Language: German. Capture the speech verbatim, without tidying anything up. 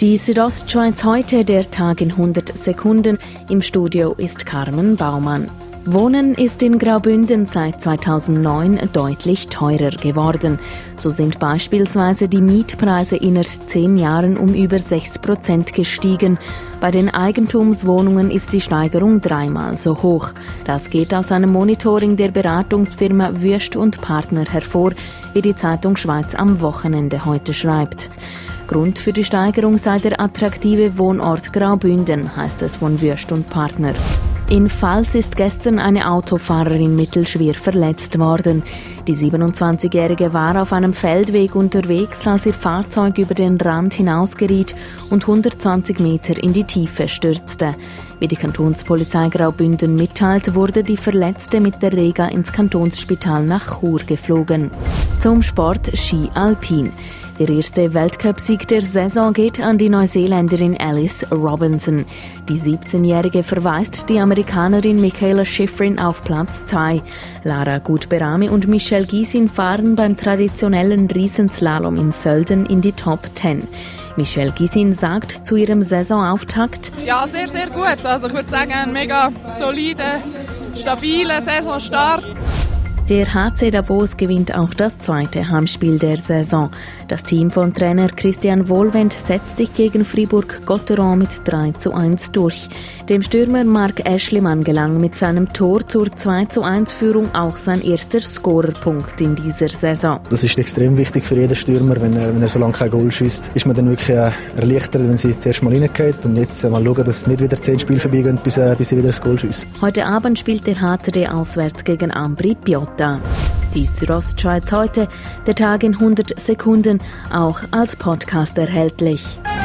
Die Südostschweiz heute, der Tag in hundert Sekunden. Im Studio ist Carmen Baumann. Wohnen ist in Graubünden seit zweitausendneun deutlich teurer geworden. So sind beispielsweise die Mietpreise in erst zehn Jahren um über sechs Prozent gestiegen. Bei den Eigentumswohnungen ist die Steigerung dreimal so hoch. Das geht aus einem Monitoring der Beratungsfirma Wüest und Partner hervor, wie die Zeitung Schweiz am Wochenende heute schreibt. Grund für die Steigerung sei der attraktive Wohnort Graubünden, heißt es von Wüest und Partner. In Vals ist gestern eine Autofahrerin mittelschwer verletzt worden. Die siebenundzwanzigjährige war auf einem Feldweg unterwegs, als ihr Fahrzeug über den Rand hinausgeriet und hundertzwanzig Meter in die Tiefe stürzte. Wie die Kantonspolizei Graubünden mitteilt, wurde die Verletzte mit der Rega ins Kantonsspital nach Chur geflogen. Zum Sport Ski Alpin. Der erste Weltcupsieg der Saison geht an die Neuseeländerin Alice Robinson. Die siebzehnjährige verweist die Amerikanerin Mikaela Shiffrin auf Platz zwei. Lara Gutberami und Michelle Gysin fahren beim traditionellen Riesenslalom in Sölden in die Top zehn. Michelle Gysin sagt zu ihrem Saisonauftakt: Ja, sehr, sehr gut. Also ich würde sagen, ein mega solider, stabiler Saisonstart. Der H C Davos gewinnt auch das zweite Heimspiel der Saison. Das Team von Trainer Christian Wohlwend setzt sich gegen Fribourg-Gotteron mit drei zu eins durch. Dem Stürmer Marc Aeschlimann gelang mit seinem Tor zur zwei zu eins Führung auch sein erster Scorerpunkt in dieser Saison. Das ist extrem wichtig für jeden Stürmer, wenn er, wenn er so lange kein Goal schießt. Ist man dann wirklich äh, erleichtert, wenn sie zuerst mal reingeht und jetzt äh, mal schauen, dass nicht wieder zehn Spiele vorbeigehen, bis, äh, bis sie wieder das Goal schiessen. Heute Abend spielt der H C D auswärts gegen Ambri Piotta. Die Südostschweiz heute, der Tag in hundert Sekunden, auch als Podcast erhältlich.